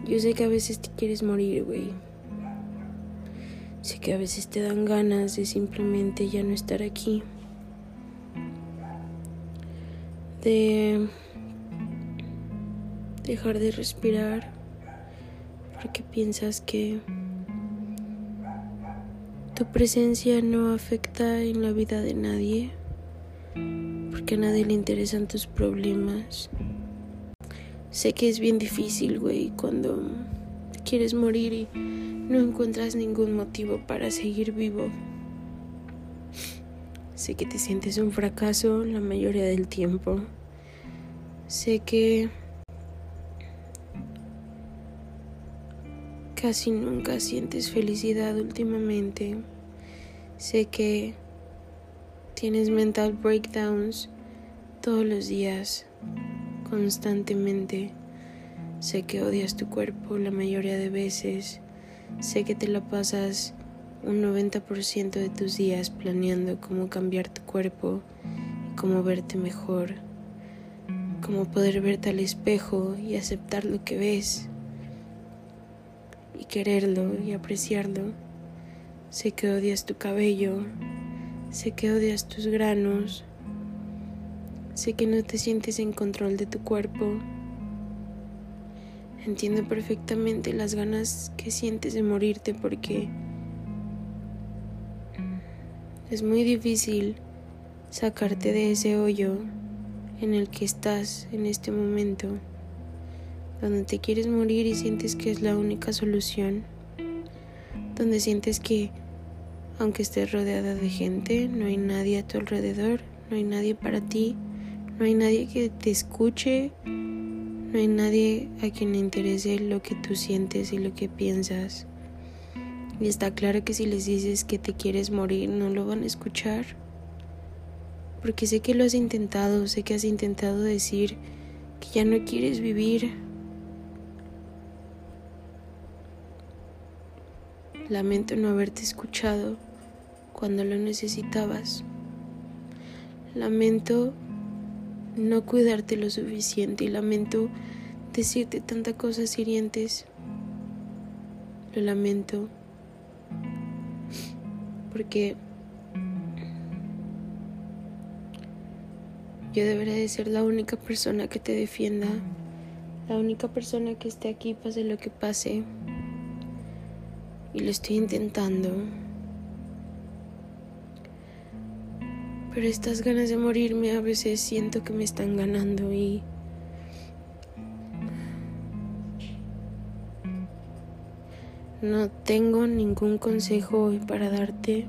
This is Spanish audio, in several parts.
Yo sé que a veces te quieres morir, güey. Sé que a veces te dan ganas de simplemente ya no estar aquí. De dejar de respirar. Porque piensas que tu presencia no afecta en la vida de nadie. Porque a nadie le interesan tus problemas. Sé que es bien difícil, güey, cuando te quieres morir y no encuentras ningún motivo para seguir vivo. Sé que te sientes un fracaso la mayoría del tiempo. Sé que casi nunca sientes felicidad últimamente. Sé que tienes mental breakdowns todos los días, constantemente. Sé que odias tu cuerpo la mayoría de veces. Sé que te la pasas un 90% de tus días planeando cómo cambiar tu cuerpo, cómo verte mejor, cómo poder verte al espejo y aceptar lo que ves y quererlo y apreciarlo. Sé que odias tu cabello, sé que odias tus granos, sé que no te sientes en control de tu cuerpo. Entiendo perfectamente las ganas que sientes de morirte porque es muy difícil sacarte de ese hoyo en el que estás en este momento, donde te quieres morir y sientes que es la única solución, donde sientes que aunque estés rodeada de gente, no hay nadie a tu alrededor, no hay nadie para ti, no hay nadie que te escuche, no hay nadie a quien le interese lo que tú sientes y lo que piensas. Y está claro que si les dices que te quieres morir, no lo van a escuchar. Porque sé que lo has intentado, sé que has intentado decir que ya no quieres vivir. Lamento no haberte escuchado cuando lo necesitabas. Lamento no cuidarte lo suficiente y lamento decirte tantas cosas hirientes. Lo lamento porque yo debería de ser la única persona que te defienda, la única persona que esté aquí pase lo que pase. Y lo estoy intentando. Pero estas ganas de morirme a veces siento que me están ganando y no tengo ningún consejo hoy para darte.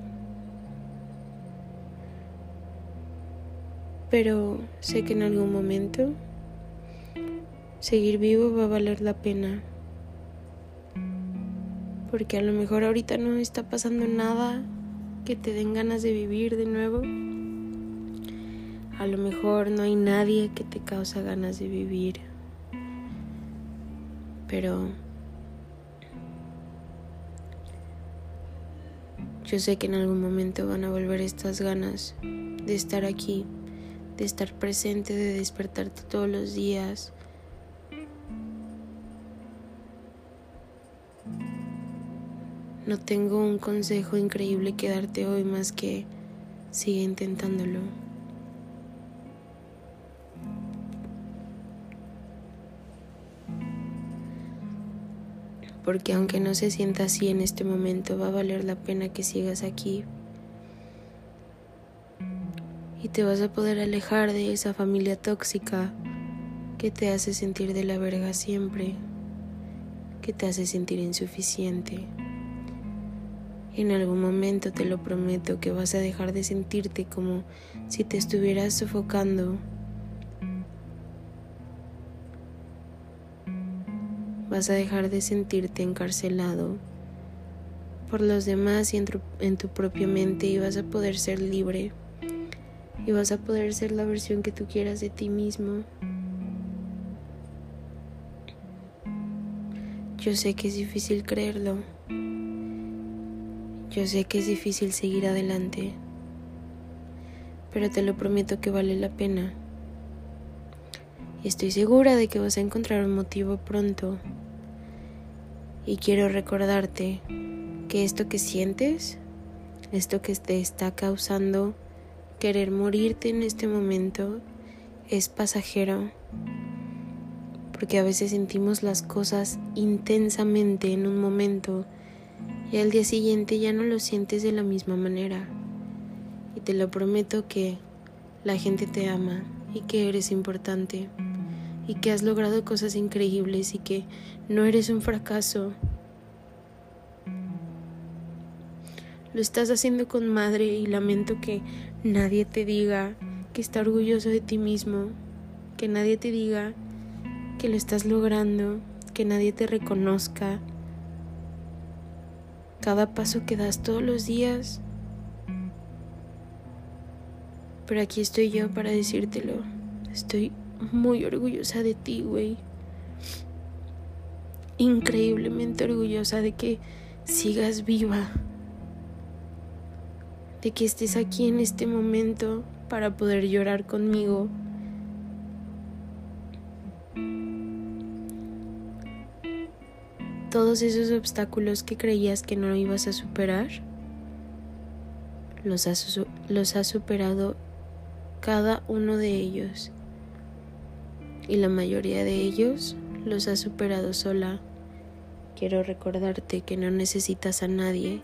Pero sé que en algún momento seguir vivo va a valer la pena. Porque a lo mejor ahorita no está pasando nada que te den ganas de vivir de nuevo. A lo mejor no hay nadie que te causa ganas de vivir. Pero yo sé que en algún momento van a volver estas ganas de estar aquí, de estar presente, de despertarte todos los días. No tengo un consejo increíble que darte hoy más que sigue intentándolo. Porque aunque no se sienta así en este momento, va a valer la pena que sigas aquí. Y te vas a poder alejar de esa familia tóxica que te hace sentir de la verga siempre, que te hace sentir insuficiente. En algún momento, te lo prometo, que vas a dejar de sentirte como si te estuvieras sofocando. Vas a dejar de sentirte encarcelado por los demás y en tu propia mente, y vas a poder ser libre y vas a poder ser la versión que tú quieras de ti mismo. Yo sé que es difícil creerlo. Yo sé que es difícil seguir adelante, pero te lo prometo que vale la pena. Y estoy segura de que vas a encontrar un motivo pronto. Y quiero recordarte que esto que sientes, esto que te está causando querer morirte en este momento, es pasajero. Porque a veces sentimos las cosas intensamente en un momento y al día siguiente ya no lo sientes de la misma manera. Y te lo prometo que la gente te ama y que eres importante y que has logrado cosas increíbles y que no eres un fracaso. Lo estás haciendo con madre y lamento que nadie te diga que está orgulloso de ti mismo, que nadie te diga que lo estás logrando, que nadie te reconozca cada paso que das todos los días. Pero aquí estoy yo para decírtelo. Estoy muy orgullosa de ti, güey. Increíblemente orgullosa de que sigas viva, de que estés aquí en este momento para poder llorar conmigo. Todos esos obstáculos que creías que no ibas a superar, los has superado cada uno de ellos. Y la mayoría de ellos los has superado sola. Quiero recordarte que no necesitas a nadie,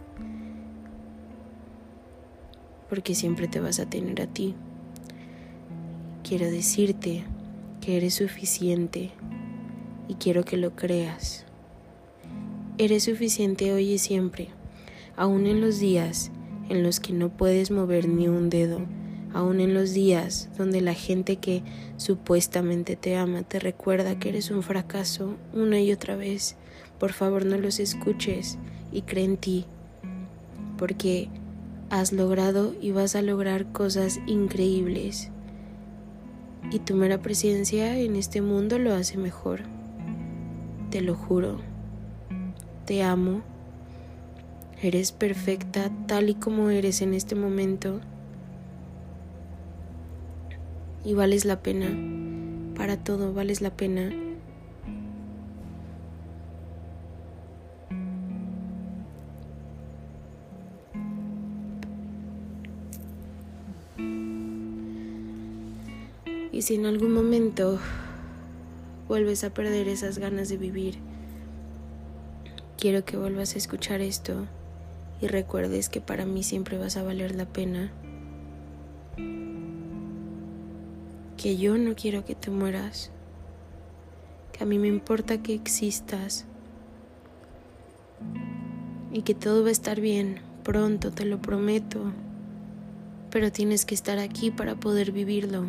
porque siempre te vas a tener a ti. Quiero decirte que eres suficiente y quiero que lo creas. Eres suficiente hoy y siempre, aún en los días en los que no puedes mover ni un dedo, aún en los días donde la gente que supuestamente te ama te recuerda que eres un fracaso una y otra vez. Por favor, no los escuches y cree en ti, porque has logrado y vas a lograr cosas increíbles. Y tu mera presencia en este mundo lo hace mejor. Te lo juro. Te amo. Eres perfecta tal y como eres en este momento. Y vales la pena. Para todo vales la pena. Y si en algún momento vuelves a perder esas ganas de vivir, quiero que vuelvas a escuchar esto y recuerdes que para mí siempre vas a valer la pena. Que yo no quiero que te mueras. Que a mí me importa que existas. Y que todo va a estar bien pronto, te lo prometo. Pero tienes que estar aquí para poder vivirlo.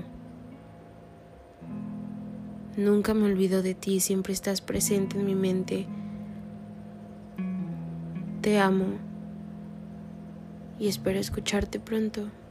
Nunca me olvido de ti, siempre estás presente en mi mente. Te amo y espero escucharte pronto.